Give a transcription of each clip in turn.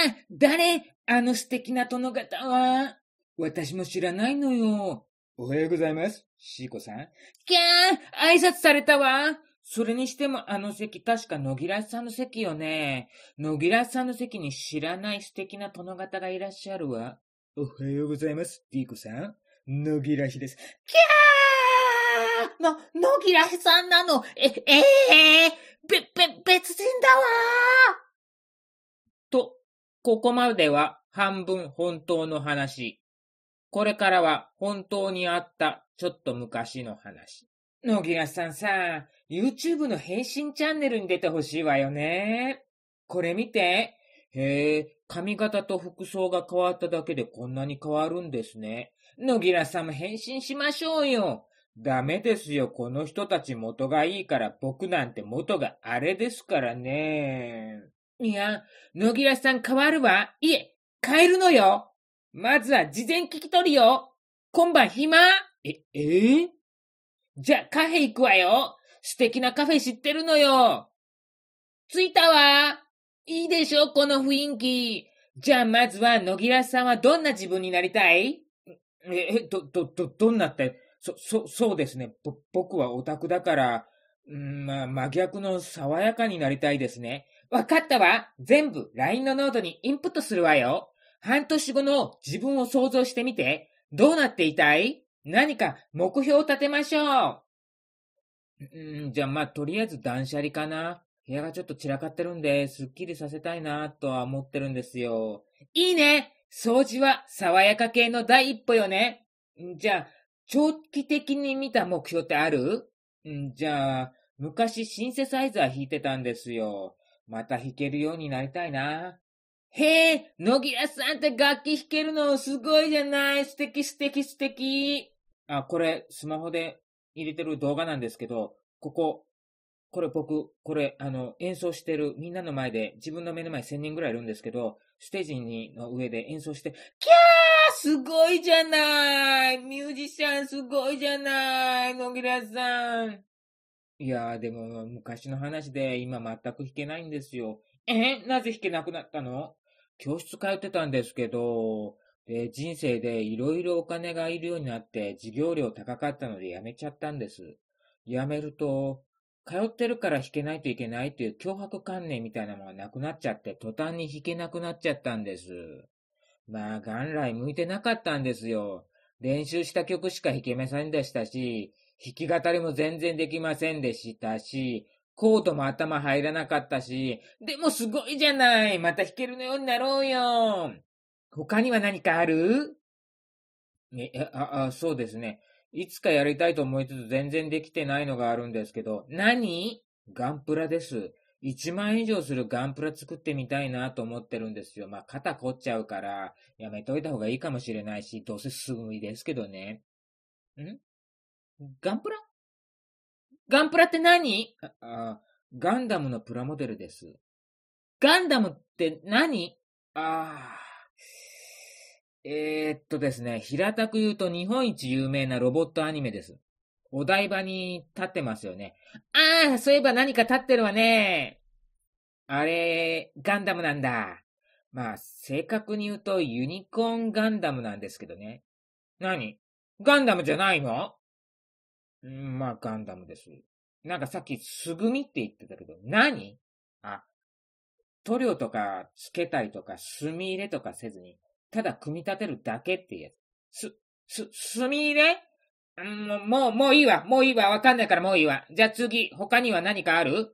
誰あの素敵な殿方は。私も知らないのよ。 おはようございます、シーコさん。 キャー、挨拶されたわ。それにしてもあの席、確か野木らしさんの席よね。野木らしさんの席に知らない素敵な殿方がいらっしゃるわ。 おはようございます、ディーコさん。野木らしです。 キャー野木らしさんなの。別人だわ。と、ここまでは半分本当の話。これからは本当にあったちょっと昔の話。野木らさんさ、YouTube の配信チャンネルに出てほしいわよね。これ見て。へえ、髪型と服装が変わっただけでこんなに変わるんですね。野木らさんも変身しましょうよ。ダメですよ。この人たち元がいいから僕なんて元があれですからね。いや、野木らさん変わるわ。いえ、変えるのよ。まずは事前聞き取りよ。今晩暇？じゃあカフェ行くわよ。素敵なカフェ知ってるのよ。着いたわ。いいでしょ、この雰囲気。じゃあまずは野木らさんはどんな自分になりたい？どんなって、そうですね。僕はオタクだから、真逆の爽やかになりたいですね。わかったわ。全部 LINE のノートにインプットするわよ。半年後の自分を想像してみて。どうなっていたい？何か目標を立てましょう。じゃあとりあえず断捨離かな。部屋がちょっと散らかってるんで、すっきりさせたいなとは思ってるんですよ。いいね。掃除は爽やか系の第一歩よね。じゃあ、長期的に見た目標ってある？じゃあ、昔シンセサイザー弾いてたんですよ。また弾けるようになりたいな。へえ、野木屋さんって楽器弾けるのすごいじゃない。素敵。これ、スマホで入れてる動画なんですけど、僕、演奏してる、みんなの前で、自分の目の前1000人ぐらいいるんですけど、ステージの上で演奏して、キャーすごいじゃない。ミュージシャンすごいじゃない。野木屋さん。いやー、でも、昔の話で、今全く弾けないんですよ。なぜ弾けなくなったの？教室通ってたんですけど、人生でいろいろお金がいるようになって、授業料高かったのでやめちゃったんです。やめると、通ってるから弾けないといけないという強迫観念みたいなのがなくなっちゃって、途端に弾けなくなっちゃったんです。元来向いてなかったんですよ。練習した曲しか弾けませんでしたし、弾き語りも全然できませんでしたし、コードも頭入らなかったし、でもすごいじゃない。また弾けるようになろうよ。他には何かある？そうですね。いつかやりたいと思いつつ全然できてないのがあるんですけど、何？ガンプラです。1万円以上するガンプラ作ってみたいなと思ってるんですよ。肩凝っちゃうから、やめといた方がいいかもしれないし、どうせすぐいですけどね。ガンプラ？ガンプラって何？ガンダムのプラモデルです。ガンダムって何？ですね、平たく言うと日本一有名なロボットアニメです。お台場に立ってますよね。そういえば何か立ってるわね。あれ、ガンダムなんだ。正確に言うとユニコーンガンダムなんですけどね。何？ガンダムじゃないの？ガンダムです。なんかさっきすぐみって言ってたけど、何？塗料とかつけたりとか墨入れとかせずに、ただ組み立てるだけっていうやつ。墨入れ？もういいわ。わかんないからもういいわ。じゃあ次、他には何かある？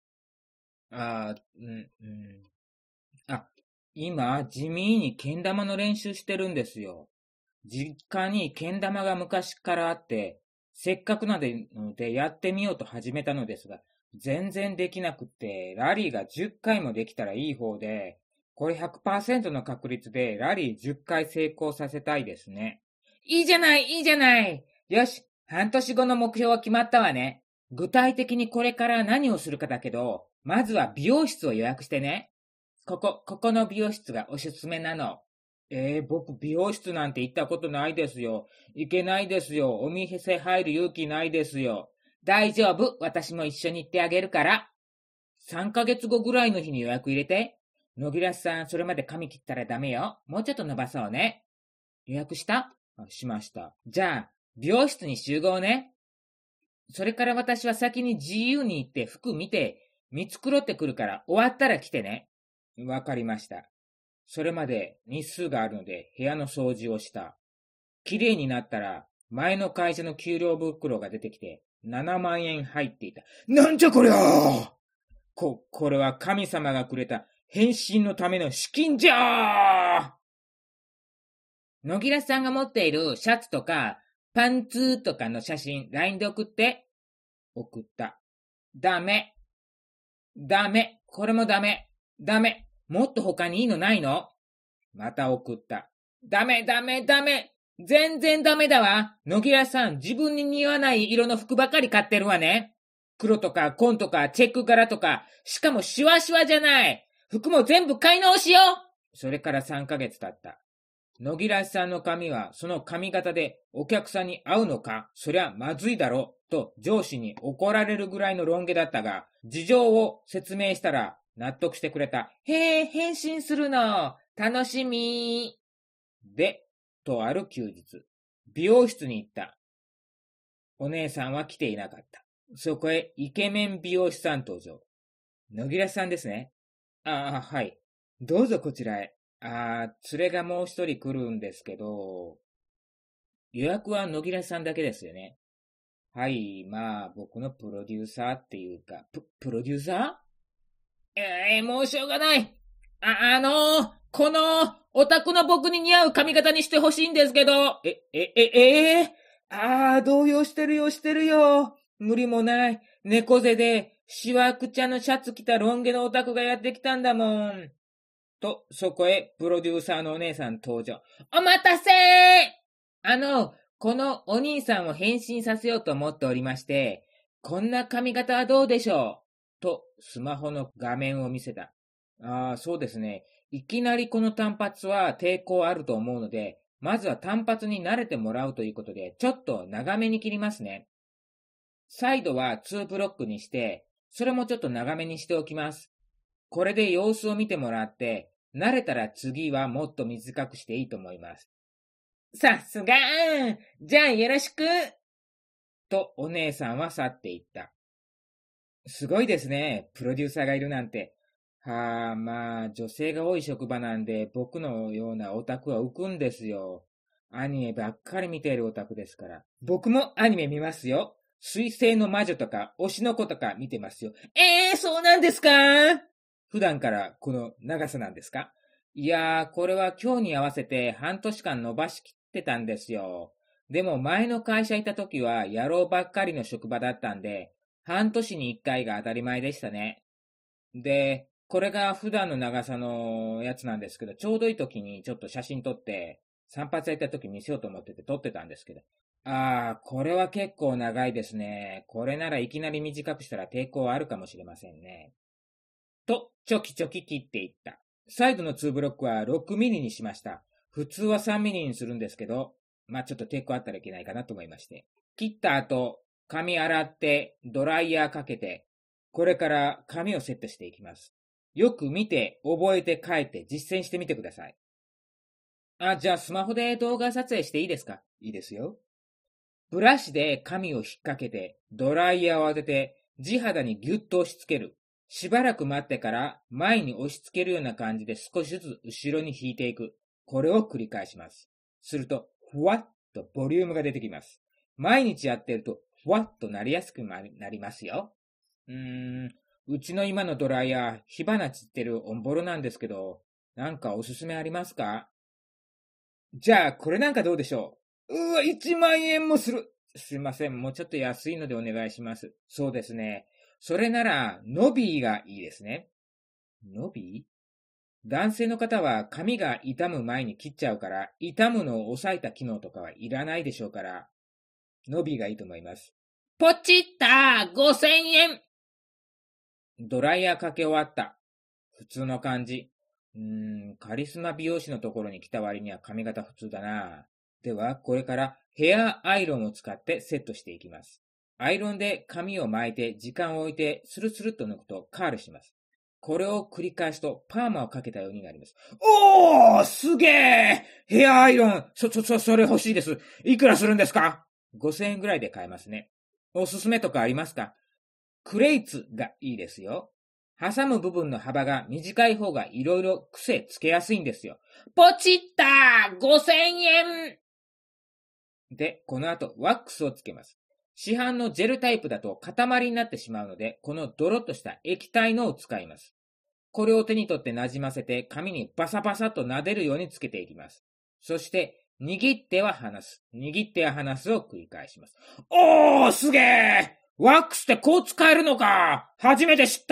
今、地味にけん玉の練習してるんですよ。実家にけん玉が昔からあって、せっかくなのでやってみようと始めたのですが、全然できなくって、ラリーが10回もできたらいい方で、これ 100% の確率でラリー10回成功させたいですね。いいじゃない。よし、半年後の目標は決まったわね。具体的にこれから何をするかだけど、まずは美容室を予約してね。ここの美容室がおすすめなの。僕美容室なんて行ったことないですよ。行けないですよ。お店入る勇気ないですよ。大丈夫。私も一緒に行ってあげるから。3ヶ月後ぐらいの日に予約入れて。 野木らさん、それまで髪切ったらダメよ。もうちょっと伸ばそうね。予約した？しました。じゃあ、美容室に集合ね。それから私は先に自由に行って服見て、見繕ってくるから終わったら来てね。わかりました。それまで日数があるので部屋の掃除をした。綺麗になったら前の会社の給料袋が出てきて7万円入っていた。なんじゃこりゃー！これは神様がくれた返信のための資金じゃー！野木らさんが持っているシャツとかパンツとかの写真 LINE で送って。送った。ダメ。ダメ。これもダメ。ダメ。もっと他にいいのないの？また送った。ダメダメダメ。全然ダメだわ。野木らさん、自分に似合わない色の服ばかり買ってるわね。黒とか紺とかチェック柄とか、しかもシワシワじゃない。服も全部買い直しよ。それから3ヶ月経った。野木らさんの髪はその髪型でお客さんに合うのか？そりゃまずいだろと上司に怒られるぐらいのロン毛だったが、事情を説明したら納得してくれた。へえ、返信するの。楽しみ。で、とある休日、美容室に行った。お姉さんは来ていなかった。そこへイケメン美容師さん登場。野木らさんですね。はい。どうぞこちらへ。連れがもう一人来るんですけど、予約は野木らさんだけですよね。はい、僕のプロデューサーっていうか、プロデューサー？もうしょうがない。この、オタクの僕に似合う髪型にしてほしいんですけど。動揺してるよ。無理もない。猫背で、シワくちゃのシャツ着たロン毛のオタクがやってきたんだもん。と、そこへ、プロデューサーのお姉さん登場。お待たせー！このお兄さんを変身させようと思っておりまして、こんな髪型はどうでしょう？と、スマホの画面を見せた。そうですね。いきなりこの単発は抵抗あると思うので、まずは単発に慣れてもらうということで、ちょっと長めに切りますね。サイドは2ブロックにして、それもちょっと長めにしておきます。これで様子を見てもらって、慣れたら次はもっと短くしていいと思います。さすがー！じゃあよろしく！とお姉さんは去っていった。すごいですね。プロデューサーがいるなんて。女性が多い職場なんで、僕のようなオタクは浮くんですよ。アニメばっかり見ているオタクですから。僕もアニメ見ますよ。水星の魔女とか、推しの子とか見てますよ。そうなんですか？普段からこの長さなんですか？いやー、これは今日に合わせて半年間伸ばしきってたんですよ。でも前の会社いた時は野郎ばっかりの職場だったんで、半年に1回が当たり前でしたね。で、これが普段の長さのやつなんですけど、ちょうどいい時にちょっと写真撮って、散髪やった時見せようと思ってて撮ってたんですけど。これは結構長いですね。これならいきなり短くしたら抵抗あるかもしれませんね。と、ちょきちょき切っていった。サイドの2ブロックは6ミリにしました。普通は3ミリにするんですけど、ちょっと抵抗あったらいけないかなと思いまして。切った後、髪洗って、ドライヤーかけて、これから髪をセットしていきます。よく見て、覚えて帰って実践してみてください。じゃあスマホで動画撮影していいですか？いいですよ。ブラシで髪を引っ掛けて、ドライヤーを当てて、地肌にギュッと押し付ける。しばらく待ってから前に押し付けるような感じで少しずつ後ろに引いていく。これを繰り返します。すると、ふわっとボリュームが出てきます。毎日やってると、ふわっとなりやすくなりますよ。うちの今のドライヤー、火花散ってるオンボロなんですけど、なんかおすすめありますか？じゃあ、これなんかどうでしょう？1万円もする。すいません。もうちょっと安いのでお願いします。そうですね。それなら、ノビーがいいですね。ノビー？男性の方は髪が傷む前に切っちゃうから、傷むのを抑えた機能とかはいらないでしょうから、ノビーがいいと思います。ポチった！5000円！ドライヤーかけ終わった。普通の感じ。カリスマ美容師のところに来た割には髪型普通だな。では、これからヘアアイロンを使ってセットしていきます。アイロンで髪を巻いて時間を置いてスルスルっと抜くとカールします。 これを繰り返すとパーマをかけたようになります。おー、すげー！ヘアアイロン、それ欲しいです。いくらするんですか？ 5000 円ぐらいで買えますね。おすすめとかありますか？クレイツがいいですよ。挟む部分の幅が短い方がいろいろ癖つけやすいんですよ。ポチったー !5000 円で、この後ワックスをつけます。市販のジェルタイプだと塊になってしまうので、このドロッとした液体のを使います。これを手に取って馴染ませて髪にバサバサと撫でるようにつけていきます。そして、握っては離す。握っては離すを繰り返します。おー、すげー！ワックスってこう使えるのか！初めて知った！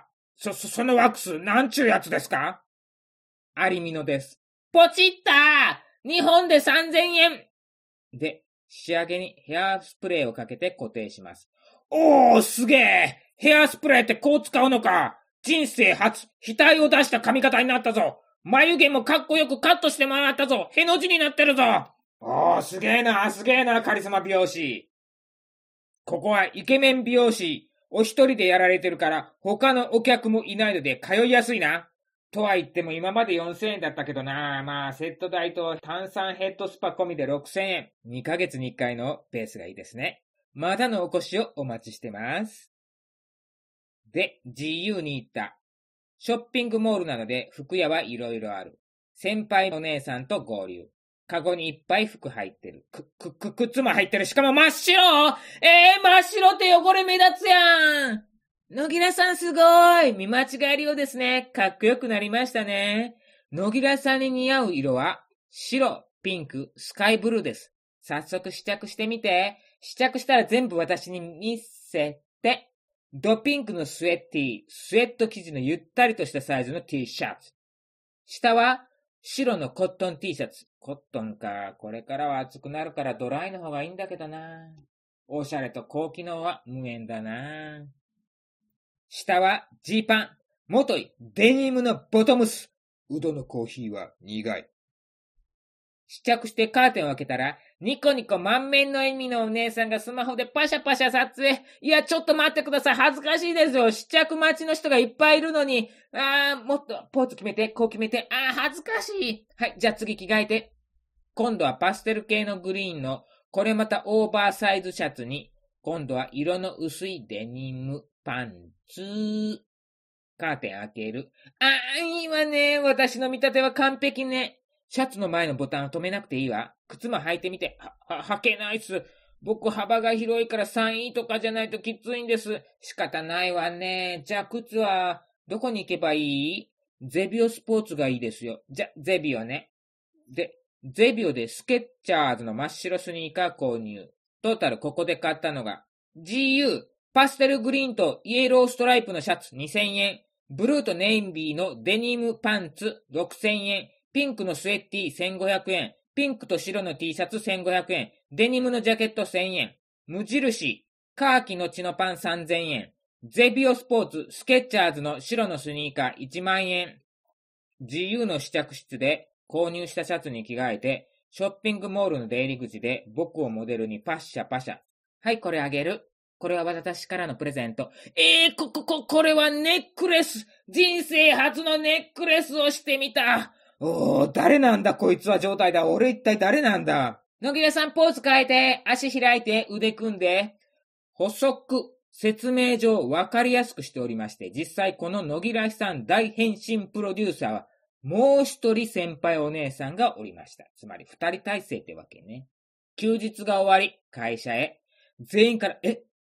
そのワックス、なんちゅうやつですか？アリミノです。ポチったー！日本で3000円で、仕上げにヘアスプレーをかけて固定します。おー、すげー！ヘアスプレーってこう使うのか！人生初、額を出した髪型になったぞ！眉毛もかっこよくカットしてもらったぞ！への字になってるぞ！おー、すげーな、カリスマ美容師。ここはイケメン美容師。お一人でやられてるから、他のお客もいないので通いやすいな。とは言っても今まで4000円だったけどな。まあ、セット代と炭酸ヘッドスパ込みで6000円。2ヶ月に1回のペースがいいですね。またのお越しをお待ちしてます。で、GU に行った。ショッピングモールなので服屋はいろいろある。先輩お姉さんと合流。カゴにいっぱい服入ってる。靴も入ってる。しかも真っ白！真っ白って汚れ目立つやん！野木良さんすごい！見間違えるようですね。かっこよくなりましたね。野木良さんに似合う色は、白、ピンク、スカイブルーです。早速試着してみて。試着したら全部私に見せて。ドピンクのスウェット生地のゆったりとしたサイズの T シャツ。下は白のコットン T シャツ。コットンか。これからは暑くなるからドライの方がいいんだけどな。おしゃれと高機能は無縁だな。下はジーパン。元いデニムのボトムス。 うどのコーヒーは苦い。 試着してカーテンを開けたら、ニコニコ満面の笑みのお姉さんがスマホでパシャパシャ撮影。いや、ちょっと待ってください。恥ずかしいですよ。試着待ちの人がいっぱいいるのに。もっとポーズ決めて、こう決めて。恥ずかしい。はい、じゃあ次着替えて。今度はパステル系のグリーンの、これまたオーバーサイズシャツに、今度は色の薄いデニムパンツ。カーテン開ける。いいわね。私の見立ては完璧ね。シャツの前のボタンを止めなくていいわ。靴も履いてみて。履けないっす。僕幅が広いから3位とかじゃないときついんです。仕方ないわね。じゃあ靴は、どこに行けばいい？ゼビオスポーツがいいですよ。じゃ、ゼビオね。で、ゼビオでスケッチャーズの真っ白スニーカー購入。トータルここで買ったのが、GU、パステルグリーンとイエローストライプのシャツ2000円。ブルーとネイビーのデニムパンツ6000円。ピンクのスウェッティ1500円。ピンクと白の T シャツ1500円。デニムのジャケット1000円。無印、カーキの血のパン3000円。ゼビオスポーツ、スケッチャーズの白のスニーカー1万円。GU の試着室で購入したシャツに着替えて、ショッピングモールの出入り口で僕をモデルにパッシャパシャ。はい、これあげる。これは私からのプレゼント。これはネックレス。人生初のネックレスをしてみた。 誰なんだこいつは状態だ。俺一体誰なんだ。 野木良さんポーズ変えて、足開いて、腕組んで。補足、説明上分かりやすくしておりまして、実際この野木良さん大変身プロデューサーは、もう一人先輩お姉さんがおりました。つまり二人体制ってわけね。休日が終わり、会社へ。全員から、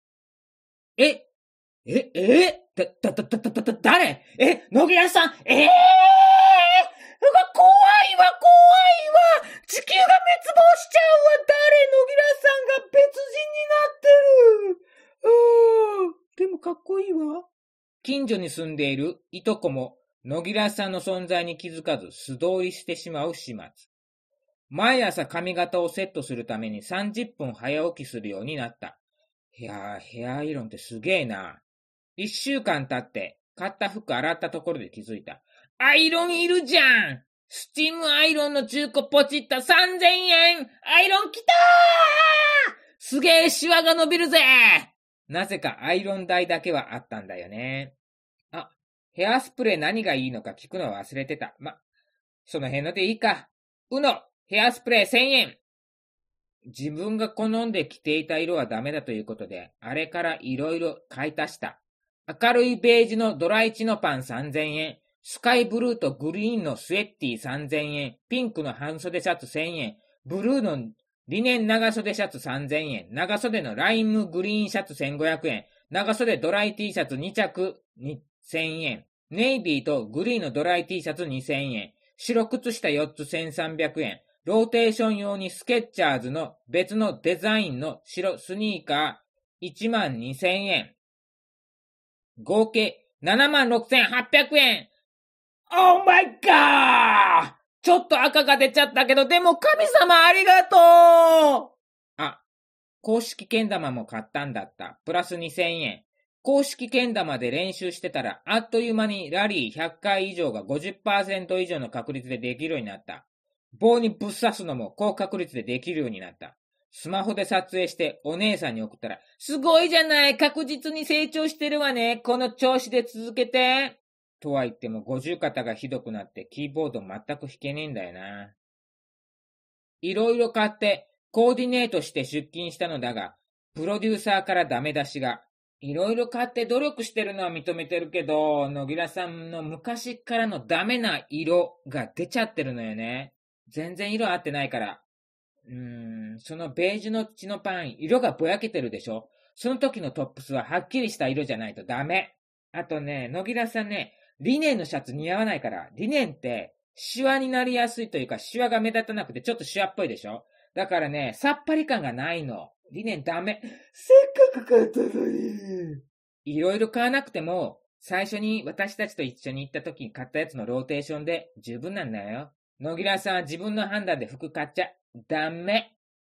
誰？野木良さん、怖いわ、地球が滅亡しちゃうわ。誰？野木良さんが別人になってる。でもかっこいいわ。近所に住んでいるいとこも、野木良さんの存在に気づかず素通りしてしまう始末。毎朝髪型をセットするために30分早起きするようになった。ヘアアイロンってすげえな。1週間経って、買った服洗ったところで気づいた。アイロンいるじゃん！スチームアイロンの中古ポチった3000円！アイロン来たー！すげえシワが伸びるぜ！なぜかアイロン代だけはあったんだよね。 ヘアスプレー何がいいのか聞くの忘れてた。その辺のでいいか。ヘアスプレー1000円。自分が好んで着ていた色はダメだということで、あれからいろいろ買い足した。明るいベージュのドライチノパン3000円。スカイブルーとグリーンのスウェッティ3000円。ピンクの半袖シャツ1000円。ブルーのリネン長袖シャツ3000円。長袖のライムグリーンシャツ1500円。長袖ドライ T シャツ2着2000円。ネイビーとグリーンのドライ T シャツ2000円。白靴下4つ1300円。ローテーション用にスケッチャーズの別のデザインの白スニーカー12000円。合計76800円。オーマイガー！ちょっと赤が出ちゃったけど、でも神様ありがとう！公式けん玉も買ったんだった。プラス2000円。公式けん玉で練習してたら、あっという間にラリー100回以上が 50% 以上の確率でできるようになった。棒にぶっ刺すのも高確率でできるようになった。スマホで撮影してお姉さんに送ったら、すごいじゃない、確実に成長してるわね、この調子で続けて。とは言っても50肩がひどくなってキーボード全く弾けねえんだよな。いろいろ買ってコーディネートして出勤したのだが、プロデューサーからダメ出しが。いろいろ買って努力してるのは認めてるけど、野木良さんの昔からのダメな色が出ちゃってるのよね。全然色合ってないから。そのベージュの血のパン、色がぼやけてるでしょ。その時のトップスははっきりした色じゃないとダメ。あとね、野木良さんね、リネンのシャツ似合わないから、リネンってシワになりやすいというか、シワが目立たなくてちょっとシワっぽいでしょ。だからね、さっぱり感がないの。リネンダメ。せっかく買ったのに。いろいろ買わなくても、最初に私たちと一緒に行った時に買ったやつのローテーションで十分なんだよ。野木良さんは自分の判断で服買っちゃダメ。